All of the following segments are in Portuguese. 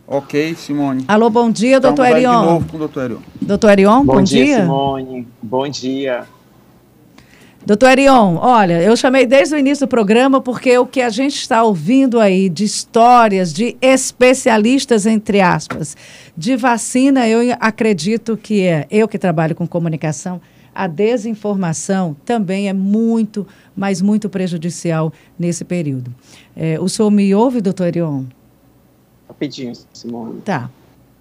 Ok, Simone. Alô, bom dia, doutor Erion. De novo com o doutor Erion. Doutor Erion, bom dia. Simone. Bom dia. Doutor Erion, olha, eu chamei desde o início do programa porque o que a gente está ouvindo aí de histórias de especialistas, entre aspas, de vacina, eu acredito que eu que trabalho com comunicação, a desinformação também é muito, mas muito prejudicial nesse período. O senhor me ouve, doutor Erion? Rapidinho, Simone. Tá.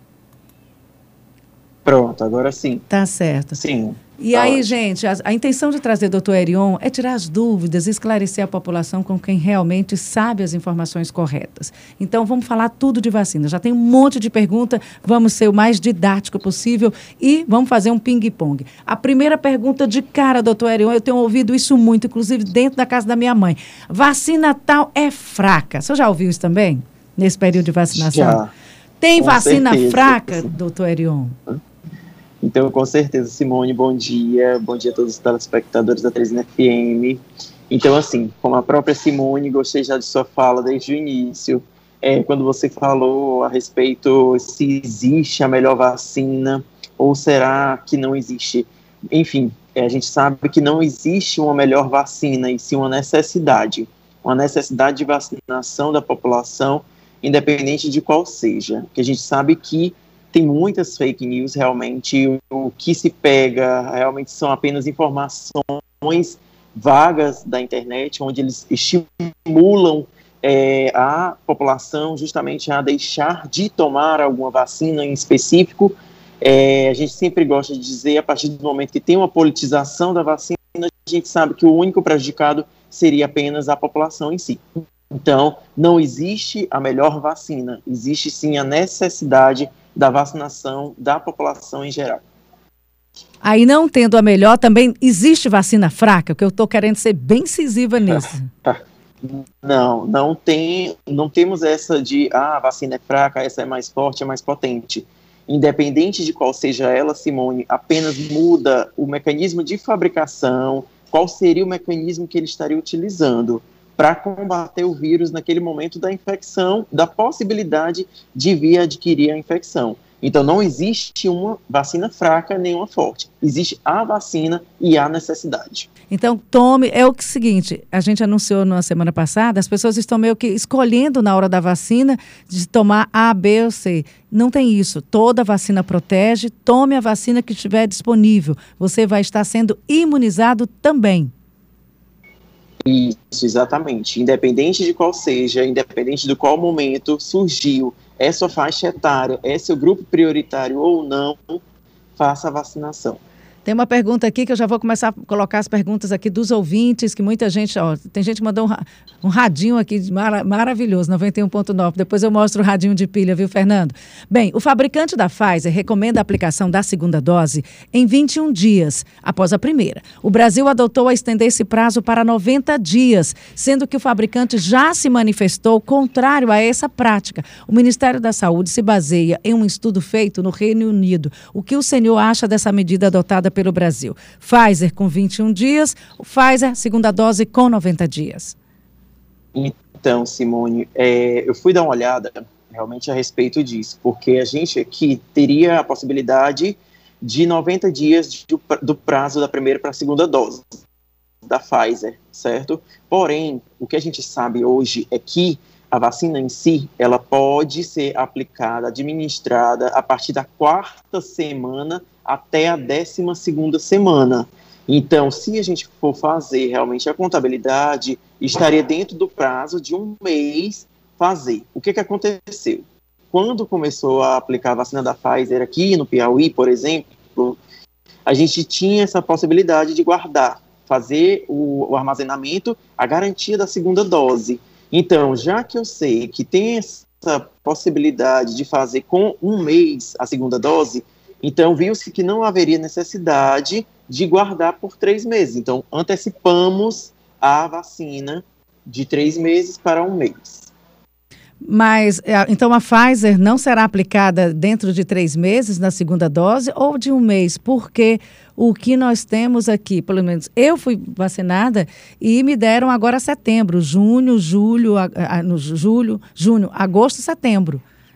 Pronto, agora sim. Tá certo. Sim. E aí, gente, a intenção de trazer o doutor Erion é tirar as dúvidas, esclarecer a população com quem realmente sabe as informações corretas. Então, vamos falar tudo de vacina. Já tem um monte de pergunta, vamos ser o mais didático possível e vamos fazer um ping-pong. A primeira pergunta de cara, doutor Erion, eu tenho ouvido isso muito, inclusive dentro da casa da minha mãe. Vacina tal é fraca. Você já ouviu isso também? Nesse período de vacinação? Já. Tem vacina certeza, fraca, doutor Erion? Então, com certeza, Simone, bom dia. Bom dia a todos os telespectadores da 13 FM. Então, assim, como a própria Simone, gostei já de sua fala desde o início, quando você falou a respeito se existe a melhor vacina ou será que não existe. Enfim, a gente sabe que não existe uma melhor vacina, e sim uma necessidade de vacinação da população, independente de qual seja. Porque a gente sabe que tem muitas fake news, realmente, o que se pega realmente são apenas informações vagas da internet, onde eles estimulam a população justamente a deixar de tomar alguma vacina em específico. A gente sempre gosta de dizer, a partir do momento que tem uma politização da vacina, a gente sabe que o único prejudicado seria apenas a população em si. Então, não existe a melhor vacina, existe sim a necessidade da vacinação da população em geral. Aí, não tendo a melhor, também existe vacina fraca, que eu estou querendo ser bem incisiva nisso. Não temos essa de, a vacina é fraca, essa é mais forte, é mais potente. Independente de qual seja ela, Simone, apenas muda o mecanismo de fabricação, qual seria o mecanismo que ele estaria utilizando para combater o vírus naquele momento da infecção, da possibilidade de vir adquirir a infecção. Então, não existe uma vacina fraca nem uma forte. Existe a vacina e a necessidade. Então, é o seguinte, a gente anunciou na semana passada, as pessoas estão meio que escolhendo na hora da vacina de tomar A, B ou C. Não tem isso. Toda vacina protege, tome a vacina que estiver disponível. Você vai estar sendo imunizado também. Isso, exatamente. Independente de qual seja, independente de qual momento surgiu, é sua faixa etária, é seu grupo prioritário ou não, faça a vacinação. Tem uma pergunta aqui que eu já vou começar a colocar as perguntas aqui dos ouvintes, que muita gente, tem gente que mandou um radinho aqui maravilhoso, 91.9. Depois eu mostro o radinho de pilha, viu, Fernando? Bem, o fabricante da Pfizer recomenda a aplicação da segunda dose em 21 dias após a primeira. O Brasil adotou a estender esse prazo para 90 dias, sendo que o fabricante já se manifestou contrário a essa prática. O Ministério da Saúde se baseia em um estudo feito no Reino Unido. O que o senhor acha dessa medida adotada pelo Brasil? Pfizer com 21 dias, o Pfizer, segunda dose, com 90 dias. Então, Simone, eu fui dar uma olhada realmente a respeito disso, porque a gente aqui teria a possibilidade de 90 dias do prazo da primeira para a segunda dose da Pfizer, certo? Porém, o que a gente sabe hoje é que a vacina em si, ela pode ser aplicada, administrada a partir da 4ª semana até a 12ª semana. Então, se a gente for fazer realmente a contabilidade, estaria dentro do prazo de um mês fazer. O que aconteceu? Quando começou a aplicar a vacina da Pfizer aqui no Piauí, por exemplo, a gente tinha essa possibilidade de guardar, fazer o armazenamento, a garantia da segunda dose. Então, já que eu sei que tem essa possibilidade de fazer com um mês a segunda dose, então viu-se que não haveria necessidade de guardar por 3 meses. Então, antecipamos a vacina de 3 meses para um mês. Mas, então, a Pfizer não será aplicada dentro de 3 meses na segunda dose ou de um mês? Porque o que nós temos aqui, pelo menos eu fui vacinada e me deram agora setembro, junho, agosto, setembro.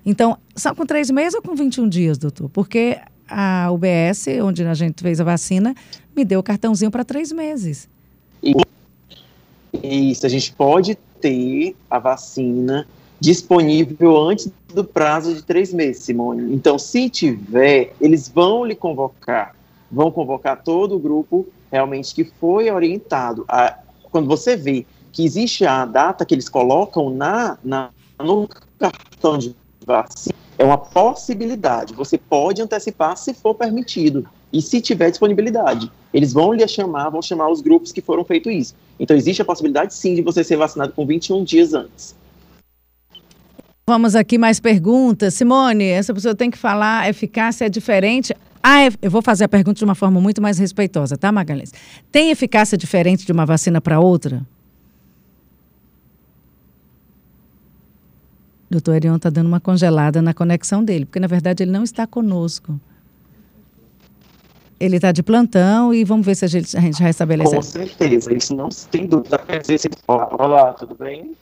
Então, só com 3 meses ou com 21 dias, doutor? Porque a UBS, onde a gente fez a vacina, me deu o cartãozinho para 3 meses. Isso, a gente pode ter a vacina disponível antes do prazo de 3 meses, Simone. Então, se tiver, eles vão convocar todo o grupo realmente que foi orientado. Quando você vê que existe a data que eles colocam no cartão de vacina, é uma possibilidade. Você pode antecipar se for permitido e se tiver disponibilidade. Eles vão chamar os grupos que foram feitos isso. Então, existe a possibilidade, sim, de você ser vacinado com 21 dias antes. Vamos aqui mais perguntas. Simone, essa pessoa tem que falar, a eficácia é diferente. Eu vou fazer a pergunta de uma forma muito mais respeitosa, tá, Magalhães? Tem eficácia diferente de uma vacina para outra? Doutor Erion está dando uma congelada na conexão dele, porque, na verdade, ele não está conosco. Ele está de plantão e vamos ver se a gente restabelece. Com certeza, isso não tem dúvida. Olá, tudo bem?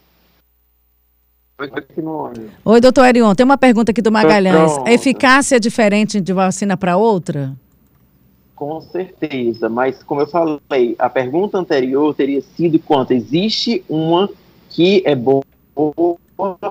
Oi, doutor Erion, tem uma pergunta aqui do Magalhães. A eficácia é diferente de vacina para outra? Com certeza, mas como eu falei, a pergunta anterior teria sido quanto existe uma que é boa ou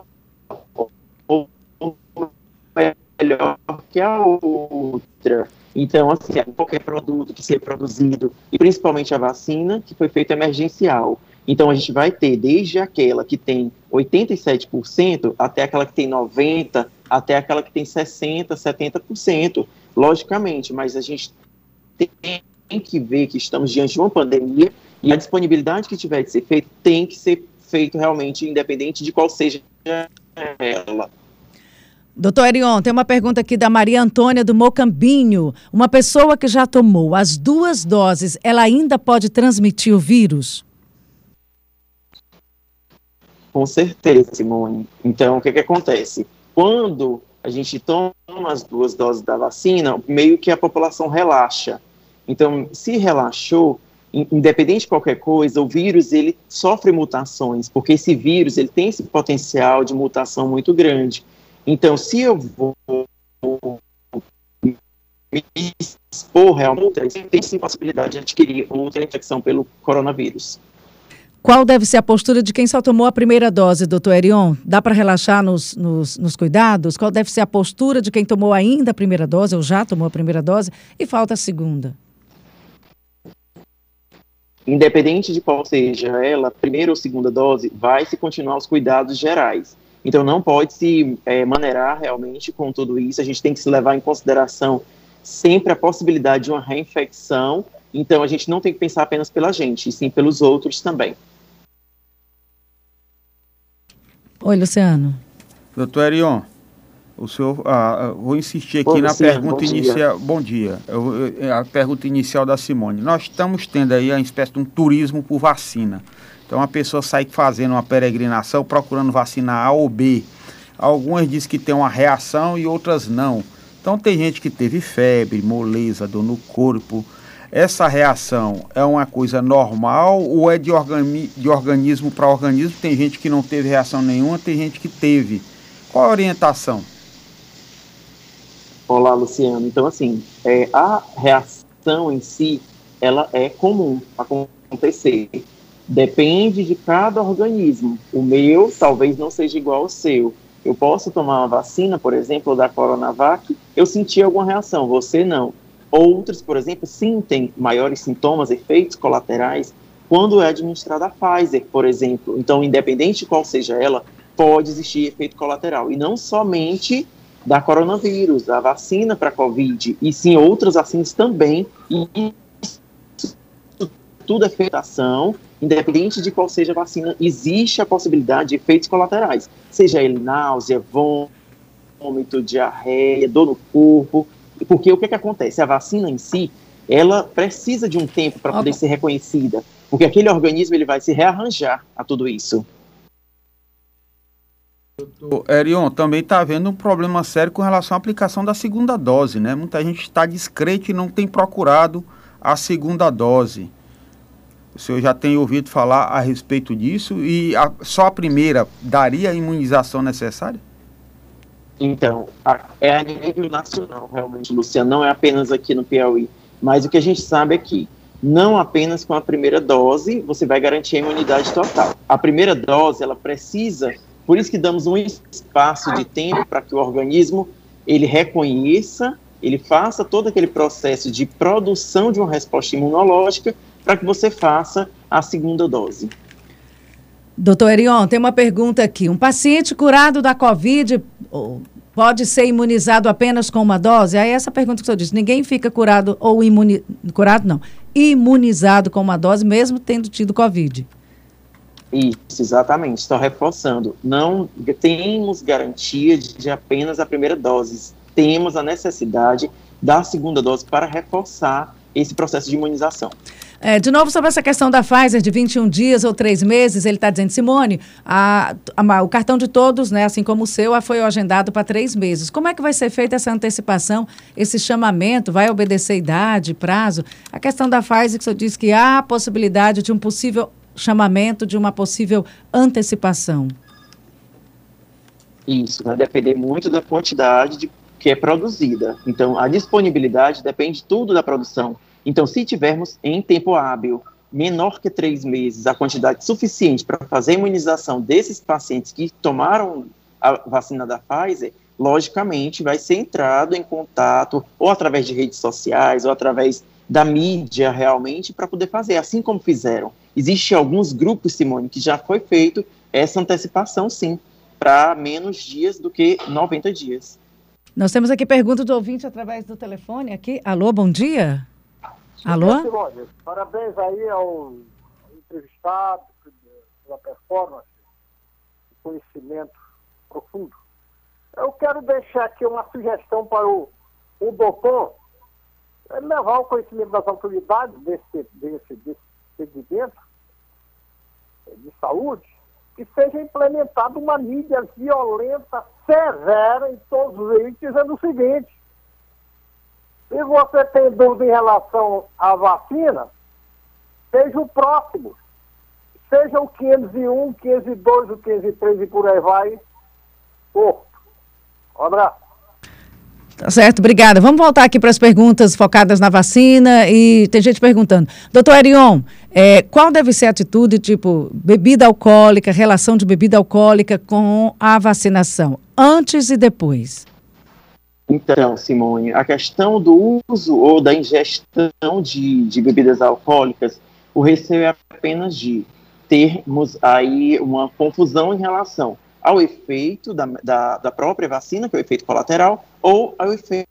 melhor que a outra. Então, assim, qualquer produto que seja produzido, e principalmente a vacina, que foi feita emergencial. Então, a gente vai ter desde aquela que tem 87%, até aquela que tem 90%, até aquela que tem 60%, 70%, logicamente, mas a gente tem que ver que estamos diante de uma pandemia e a disponibilidade que tiver de ser feito tem que ser feito realmente independente de qual seja ela. Doutor Erion, tem uma pergunta aqui da Maria Antônia do Mocambinho. Uma pessoa que já tomou as 2 doses, ela ainda pode transmitir o vírus? Com certeza, Simone. Então, o que acontece? Quando a gente toma as 2 doses da vacina, meio que a população relaxa. Então, se relaxou, independente de qualquer coisa, o vírus ele sofre mutações, porque esse vírus ele tem esse potencial de mutação muito grande. Então, se eu vou me expor realmente, tem sim possibilidade de adquirir outra infecção pelo coronavírus. Qual deve ser a postura de quem só tomou a primeira dose, doutor Erion? Dá para relaxar nos cuidados? Qual deve ser a postura de quem tomou ainda a primeira dose, ou já tomou a primeira dose, e falta a segunda? Independente de qual seja ela, primeira ou segunda dose, vai se continuar os cuidados gerais. Então, não pode se maneirar realmente com tudo isso. A gente tem que se levar em consideração sempre a possibilidade de uma reinfecção. Então, a gente não tem que pensar apenas pela gente, e sim pelos outros também. Oi, Luciano. Doutor Erion, vou insistir aqui na Luciano, pergunta inicial. Bom dia. A pergunta inicial da Simone. Nós estamos tendo aí uma espécie de um turismo por vacina. Então, a pessoa sai fazendo uma peregrinação, procurando vacina A ou B. Algumas dizem que tem uma reação e outras não. Então, tem gente que teve febre, moleza, dor no corpo. Essa reação é uma coisa normal ou é de organismo para organismo? Tem gente que não teve reação nenhuma, tem gente que teve. Qual a orientação? Olá, Luciano. Então, assim, a reação em si, ela é comum acontecer. Depende de cada organismo. O meu talvez não seja igual ao seu. Eu posso tomar uma vacina, por exemplo, da Coronavac, eu senti alguma reação, você não. Outros, por exemplo, sentem maiores sintomas, efeitos colaterais, quando é administrada a Pfizer, por exemplo. Então, independente de qual seja ela, pode existir efeito colateral. E não somente da coronavírus, da vacina para a Covid, e sim outras vacinas também. E isso tudo é feitação, independente de qual seja a vacina, existe a possibilidade de efeitos colaterais. Seja ele náusea, vômito, diarreia, dor no corpo. Porque o que acontece? A vacina em si, ela precisa de um tempo para poder ser reconhecida, porque aquele organismo ele vai se rearranjar a tudo isso. Erion, também está havendo um problema sério com relação à aplicação da segunda dose, né? Muita gente está descrente e não tem procurado a segunda dose. O senhor já tem ouvido falar a respeito disso e só a primeira daria a imunização necessária? Então, é a nível nacional, realmente, Luciano, não é apenas aqui no Piauí, mas o que a gente sabe é que não apenas com a primeira dose você vai garantir a imunidade total. A primeira dose, ela precisa, por isso que damos um espaço de tempo para que o organismo, ele reconheça, ele faça todo aquele processo de produção de uma resposta imunológica para que você faça a segunda dose. Doutor Erion, tem uma pergunta aqui. Um paciente curado da Covid pode ser imunizado apenas com uma dose? Aí essa pergunta que o senhor disse, ninguém fica curado ou imunizado com uma dose, mesmo tendo tido Covid. Isso, exatamente. Estou reforçando. Não temos garantia de apenas a primeira dose. Temos a necessidade da segunda dose para reforçar esse processo de imunização. De novo, sobre essa questão da Pfizer de 21 dias ou 3 meses, ele está dizendo, Simone, o cartão de todos, né, assim como o seu, foi agendado para 3 meses. Como é que vai ser feita essa antecipação, esse chamamento? Vai obedecer idade, prazo? A questão da Pfizer, que o senhor disse que há a possibilidade de um possível chamamento, de uma possível antecipação. Isso, vai depender muito da quantidade que é produzida. Então, a disponibilidade depende tudo da produção. Então, se tivermos em tempo hábil, menor que 3 meses, a quantidade suficiente para fazer a imunização desses pacientes que tomaram a vacina da Pfizer, logicamente vai ser entrado em contato, ou através de redes sociais, ou através da mídia realmente, para poder fazer, assim como fizeram. Existem alguns grupos, Simone, que já foi feito essa antecipação, sim, para menos dias do que 90 dias. Nós temos aqui pergunta do ouvinte através do telefone aqui. Alô, bom dia. Alô? Simone, parabéns aí ao entrevistado pela performance, conhecimento profundo. Eu quero deixar aqui uma sugestão para o doutor levar o conhecimento das autoridades desse segmento de saúde, que seja implementada uma mídia violenta, severa em todos os veículos, dizendo o seguinte: se você tem dúvida em relação à vacina, seja o próximo. Seja o 501, 502, o 503 e por aí vai. Um abraço. Tá certo, obrigada. Vamos voltar aqui para as perguntas focadas na vacina e tem gente perguntando. Doutor Erion, qual deve ser a atitude, tipo, bebida alcoólica, relação de bebida alcoólica com a vacinação, antes e depois? Então, Simone, a questão do uso ou da ingestão de bebidas alcoólicas, o receio é apenas de termos aí uma confusão em relação ao efeito da própria vacina, que é o efeito colateral, ou ao efeito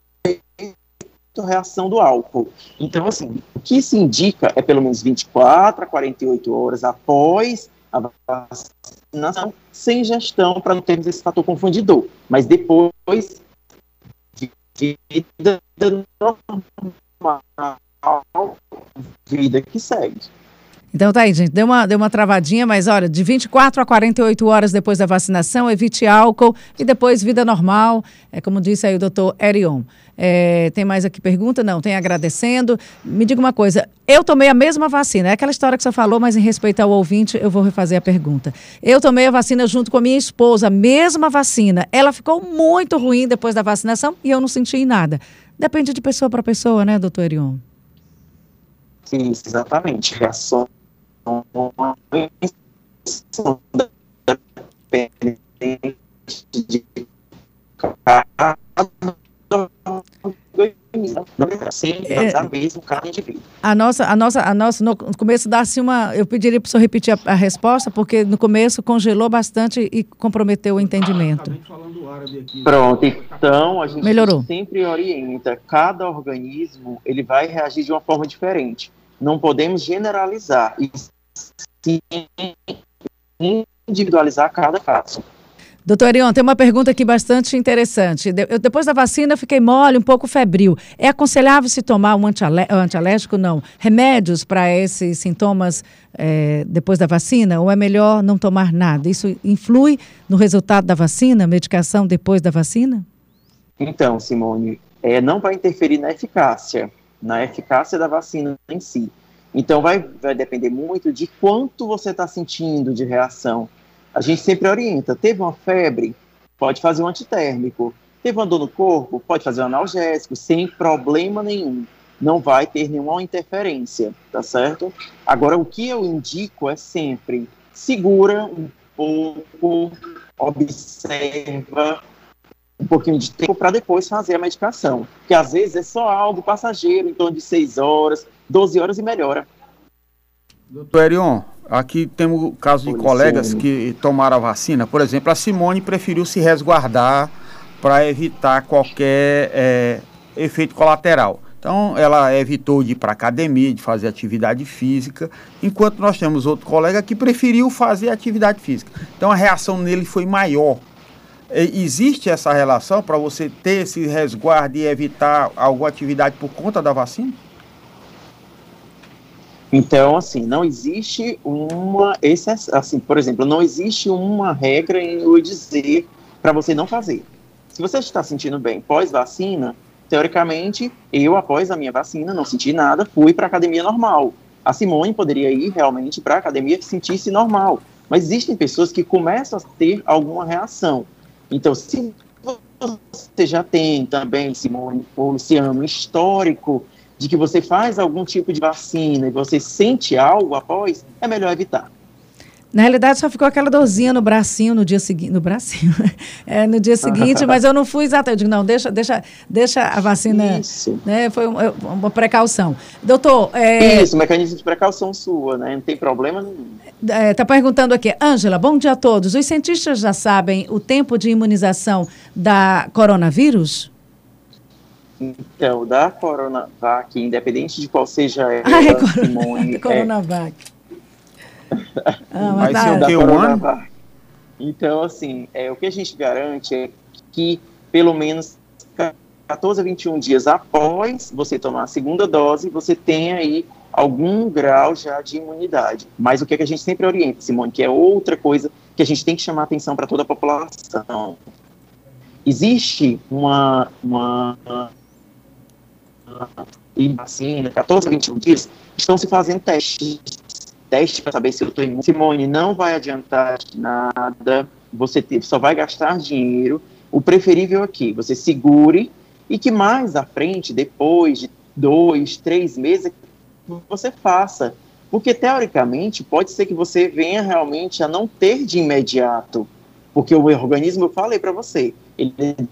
reação do álcool. Então, assim, o que se indica é pelo menos 24 a 48 horas após a vacinação, sem ingestão, para não termos esse fator confundidor. Mas depois, vida normal, vida que segue. Então tá aí, gente, deu uma travadinha, mas olha, de 24 a 48 horas depois da vacinação, evite álcool e depois vida normal, como disse aí o doutor Erion. Tem mais aqui pergunta? Não, tem agradecendo. Me diga uma coisa, eu tomei a mesma vacina, é aquela história que você falou, mas em respeito ao ouvinte, eu vou refazer a pergunta. Eu tomei a vacina junto com a minha esposa, a mesma vacina, ela ficou muito ruim depois da vacinação e eu não senti nada. Depende de pessoa para pessoa, né, doutor Erion? Sim, exatamente. Reação no começo dá-se eu pediria para o senhor repetir a resposta, porque no começo congelou bastante e comprometeu o entendimento. Pronto, então a gente melhorou. Sempre orienta, cada organismo ele vai reagir de uma forma diferente. Não podemos generalizar e sim individualizar cada caso. Doutor Erion, tem uma pergunta aqui bastante interessante. Depois da vacina eu fiquei mole, um pouco febril. É aconselhável se tomar um antialérgico, não? Remédios para esses sintomas depois da vacina? Ou é melhor não tomar nada? Isso influi no resultado da vacina, medicação depois da vacina? Então, Simone, não vai interferir na eficácia da vacina em si. Então, vai depender muito de quanto você está sentindo de reação. A gente sempre orienta, teve uma febre, pode fazer um antitérmico. Teve uma dor no corpo, pode fazer um analgésico, sem problema nenhum. Não vai ter nenhuma interferência, tá certo? Agora, o que eu indico é sempre segura um pouco, observa um pouquinho de tempo para depois fazer a medicação. Porque às vezes é só algo passageiro, em torno de 6 horas, 12 horas e melhora. Doutor Erion, aqui temos o caso de colegas que tomaram a vacina. Por exemplo, a Simone preferiu se resguardar para evitar qualquer efeito colateral. Então, ela evitou de ir para a academia, de fazer atividade física, enquanto nós temos outro colega que preferiu fazer atividade física. Então, a reação nele foi maior. Existe essa relação para você ter esse resguardo e evitar alguma atividade por conta da vacina? Então, assim, não existe assim, por exemplo, não existe uma regra em eu dizer para você não fazer. Se você está sentindo bem pós-vacina, teoricamente, eu, após a minha vacina, não senti nada, fui para a academia normal. A Simone poderia ir realmente para a academia e sentir-se normal. Mas existem pessoas que começam a ter alguma reação. Então, se você já tem também, Simone ou Luciano, um histórico de que você faz algum tipo de vacina e você sente algo após, é melhor evitar. Na realidade, só ficou aquela dorzinha no bracinho no dia seguinte. No bracinho? No dia seguinte, mas eu não fui exatamente. Eu digo, não, deixa a vacina. Isso. Né, foi uma precaução. Doutor. Isso, mecanismo de precaução sua, né? Não tem problema nenhum. Está perguntando aqui. Ângela, bom dia a todos. Os cientistas já sabem o tempo de imunização da coronavírus? Então, da Coronavac, independente de qual seja ela, Simone... Coronavac. Vai ser o que, um ano? Então, assim, o que a gente garante é que pelo menos 14 a 21 dias após você tomar a segunda dose, você tem aí algum grau já de imunidade. Mas o que a gente sempre orienta, Simone, que é outra coisa que a gente tem que chamar atenção para toda a população. Existe uma vacina, 14 a 21 dias, estão se fazendo testes para saber se eu estou imune. Simone, não vai adiantar nada, você só vai gastar dinheiro. O preferível aqui, você segure e que mais à frente, depois de 2, 3 meses, você faça. Porque, teoricamente, pode ser que você venha realmente a não ter de imediato. Porque o organismo, eu falei para você, ele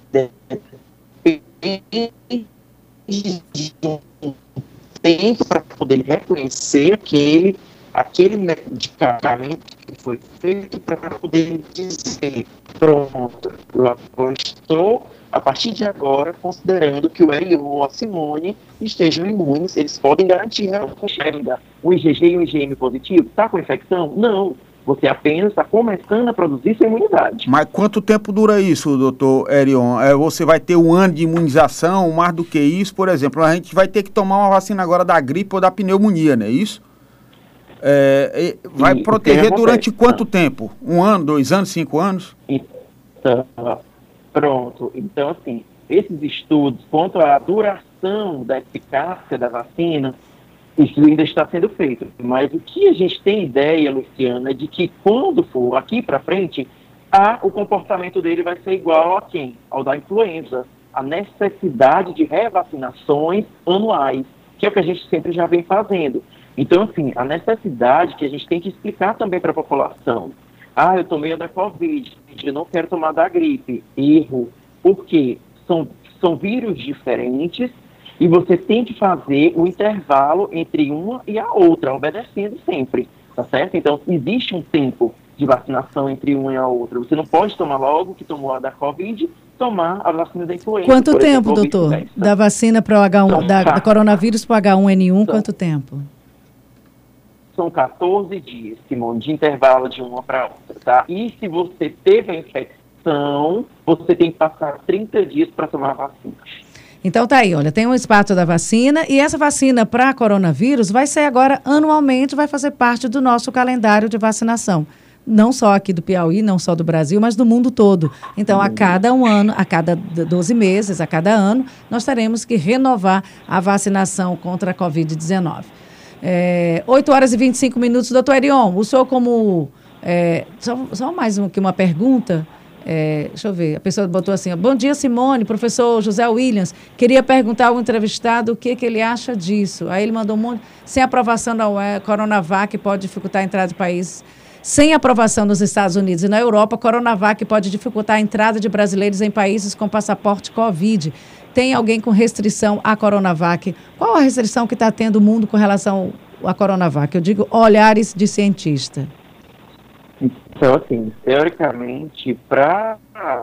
depende de um tempo para poder reconhecer aquele medicamento que foi feito para poder dizer, pronto, eu estou, a partir de agora, considerando que o Erion ou a Simone estejam imunes, eles podem garantir o IgG e o IgM positivo. Está com infecção? Não. Você apenas está começando a produzir sua imunidade. Mas quanto tempo dura isso, doutor Erion? Você vai ter um ano de imunização, mais do que isso? Por exemplo, a gente vai ter que tomar uma vacina agora da gripe ou da pneumonia, não é isso? Vai proteger durante quanto tempo? 1 ano, 2 anos, 5 anos? Então, pronto. Então, assim, esses estudos quanto à duração da eficácia da vacina, isso ainda está sendo feito. Mas o que a gente tem ideia, Luciana, é de que quando for aqui para frente, o comportamento dele vai ser igual a quem? Ao da influenza. A necessidade de revacinações anuais, que é o que a gente sempre já vem fazendo. Então, assim, a necessidade que a gente tem que explicar também para a população. Eu tomei a da Covid, eu não quero tomar da gripe. Erro. Por quê? São vírus diferentes e você tem que fazer o intervalo entre uma e a outra, obedecendo sempre, tá certo? Então, existe um tempo de vacinação entre uma e a outra. Você não pode tomar logo que tomou a da Covid, tomar a vacina da influenza. Quanto tempo, doutor? Da vacina para o H1, da coronavírus para o H1N1, quanto tempo? São 14 dias, Simone, de intervalo de uma para outra, tá? E se você teve a infecção, você tem que passar 30 dias para tomar a vacina. Então tá aí, olha, tem um espaço da vacina e essa vacina para coronavírus vai ser agora anualmente, vai fazer parte do nosso calendário de vacinação. Não só aqui do Piauí, não só do Brasil, mas do mundo todo. Então, a cada um ano, a cada 12 meses, a cada ano, nós teremos que renovar a vacinação contra a Covid-19. 8 horas e 25 minutos. Doutor Erion, o senhor como... só mais uma pergunta. Deixa eu ver, a pessoa botou assim, ó, bom dia, Simone, professor José Williams, queria perguntar ao entrevistado o que ele acha disso. Aí ele mandou um monte, sem aprovação da UE, Coronavac pode dificultar a entrada de países. Sem aprovação nos Estados Unidos e na Europa, Coronavac pode dificultar a entrada de brasileiros em países com passaporte Covid. Tem alguém com restrição à Coronavac? Qual a restrição que está tendo o mundo com relação à Coronavac? Eu digo olhares de cientista. Então, assim, teoricamente, para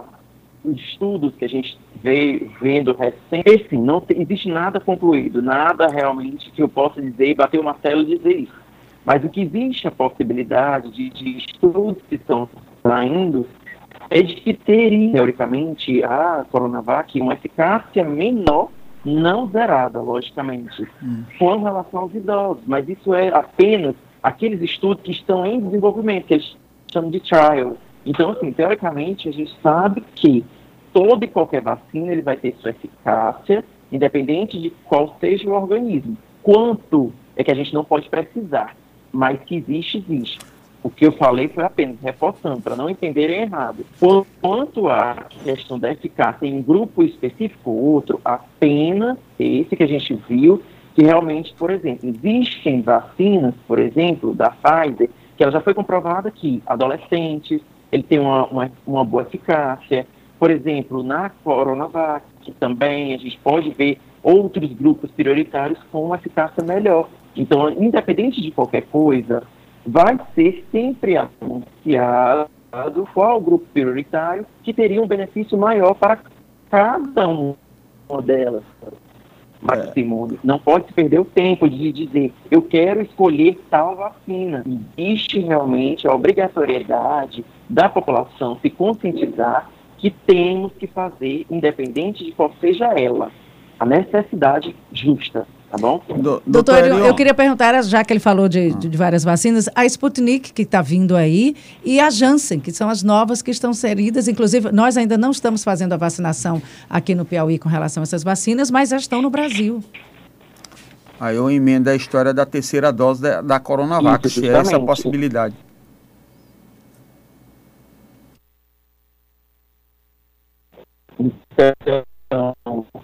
os estudos que a gente veio vendo recente, assim, não existe nada concluído, nada realmente que eu possa dizer, bater o martelo e dizer isso. Mas o que existe a possibilidade de estudos que estão saindo é de que teria, teoricamente, a Coronavac uma eficácia menor, não zerada, logicamente, com relação aos idosos. Mas isso é apenas aqueles estudos que estão em desenvolvimento, que eles chamam de trial. Então, assim, teoricamente, a gente sabe que toda e qualquer vacina ele vai ter sua eficácia, independente de qual seja o organismo. Quanto é que a gente não pode precisar, mas que existe, existe. O que eu falei foi apenas reforçando, para não entenderem errado. Quanto à questão da eficácia em um grupo específico ou outro, apenas esse que a gente viu, que realmente, por exemplo, existem vacinas, por exemplo, da Pfizer, que ela já foi comprovada que adolescentes, ele tem uma boa eficácia. Por exemplo, na Coronavac, também a gente pode ver outros grupos prioritários com uma eficácia melhor. Então, independente de qualquer coisa, vai ser sempre anunciado qual grupo prioritário que teria um benefício maior para cada uma delas. Mas, Simone, não pode se perder o tempo de dizer, eu quero escolher tal vacina. Existe realmente a obrigatoriedade da população se conscientizar que temos que fazer, independente de qual seja ela, a necessidade justa. Tá bom? Doutor, eu queria perguntar, já que ele falou de várias vacinas, a Sputnik, que está vindo aí, e a Janssen, que são as novas que estão inseridas. Inclusive, nós ainda não estamos fazendo a vacinação aqui no Piauí com relação a essas vacinas, mas já estão no Brasil. Aí eu emendo a história da terceira dose da Coronavac, se é essa a possibilidade. Então,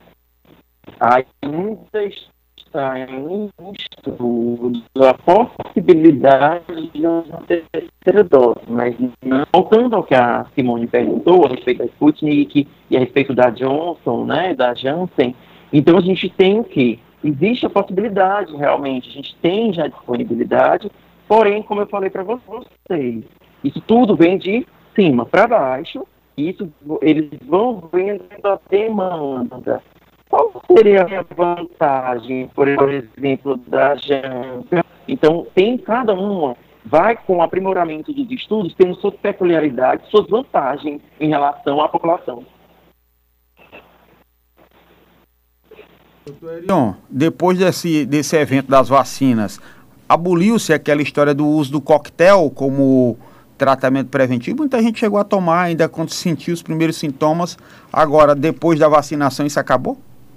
ainda está em estudo a possibilidade de uma terceira dose, mas não, voltando ao que a Simone perguntou a respeito da Sputnik e a respeito da Johnson, né, da Janssen, então a gente tem que, existe a possibilidade realmente, a gente tem já disponibilidade, porém, como eu falei para vocês, isso tudo vem de cima para baixo, isso eles vão vendo a demanda. Qual seria a vantagem, por exemplo, da Janssen? Então, cada uma vai com o aprimoramento dos estudos, tendo suas peculiaridades, suas vantagens em relação à população. Doutor Erion, depois desse evento das vacinas, aboliu-se aquela história do uso do coquetel como tratamento preventivo? Muita gente chegou a tomar ainda quando sentiu os primeiros sintomas. Agora, depois da vacinação, isso acabou?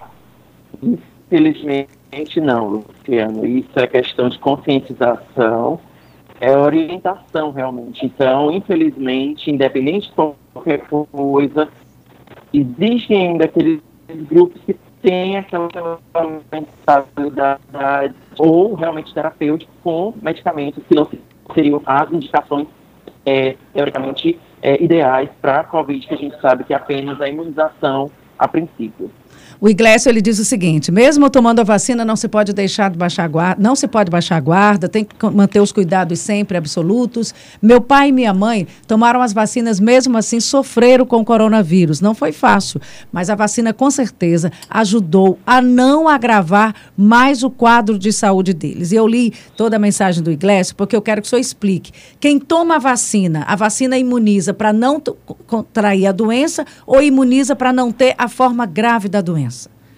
Infelizmente não, Luciano. Isso é questão de conscientização, é orientação realmente. Então, infelizmente, independente de qualquer coisa, existem ainda aqueles grupos que têm aquela mentalidade ou realmente terapêutico com medicamentos que não seriam as indicações teoricamente ideais para a Covid, que a gente sabe que é apenas a imunização a princípio. O Iglesias, ele diz o seguinte, mesmo tomando a vacina, não se pode deixar de baixar a guarda, não se pode baixar a guarda, tem que manter os cuidados sempre absolutos. Meu pai e minha mãe tomaram as vacinas, mesmo assim sofreram com o coronavírus. Não foi fácil, mas a vacina com certeza ajudou a não agravar mais o quadro de saúde deles. E eu li toda a mensagem do Iglesias porque eu quero que o senhor explique. Quem toma a vacina imuniza para não contrair a doença ou imuniza para não ter a forma grave da doença?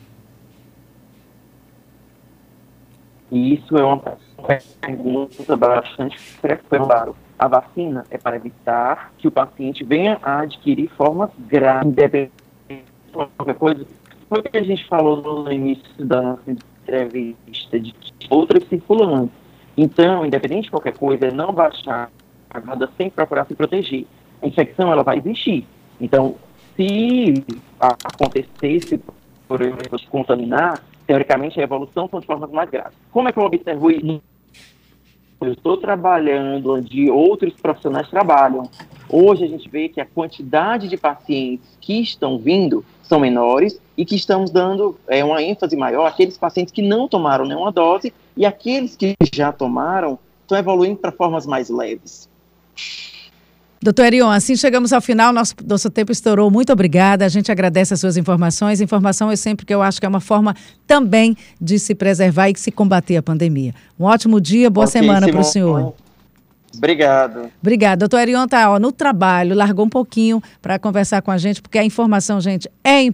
Isso é uma pergunta bastante frequente. A vacina é para evitar que o paciente venha a adquirir formas graves, independente de qualquer coisa. Foi o que a gente falou no início da nossa entrevista, de outras circulantes. Então, independente de qualquer coisa, não baixar a guarda sem procurar se proteger. A infecção, ela vai existir. Então, se acontecesse por eu te contaminar, teoricamente a evolução são de formas mais graves. Como é que eu observo isso? Eu estou trabalhando onde outros profissionais trabalham. Hoje a gente vê que a quantidade de pacientes que estão vindo são menores e que estamos dando uma ênfase maior àqueles pacientes que não tomaram nenhuma dose e aqueles que já tomaram estão evoluindo para formas mais leves. Doutor Erion, assim chegamos ao final, nosso tempo estourou. Muito obrigada, a gente agradece as suas informações. Informação é sempre que eu acho que é uma forma também de se preservar e de se combater a pandemia. Um ótimo dia, boa semana para o senhor. Obrigado. Obrigada. Doutor Erion está no trabalho, largou um pouquinho para conversar com a gente, porque a informação, gente, é importante.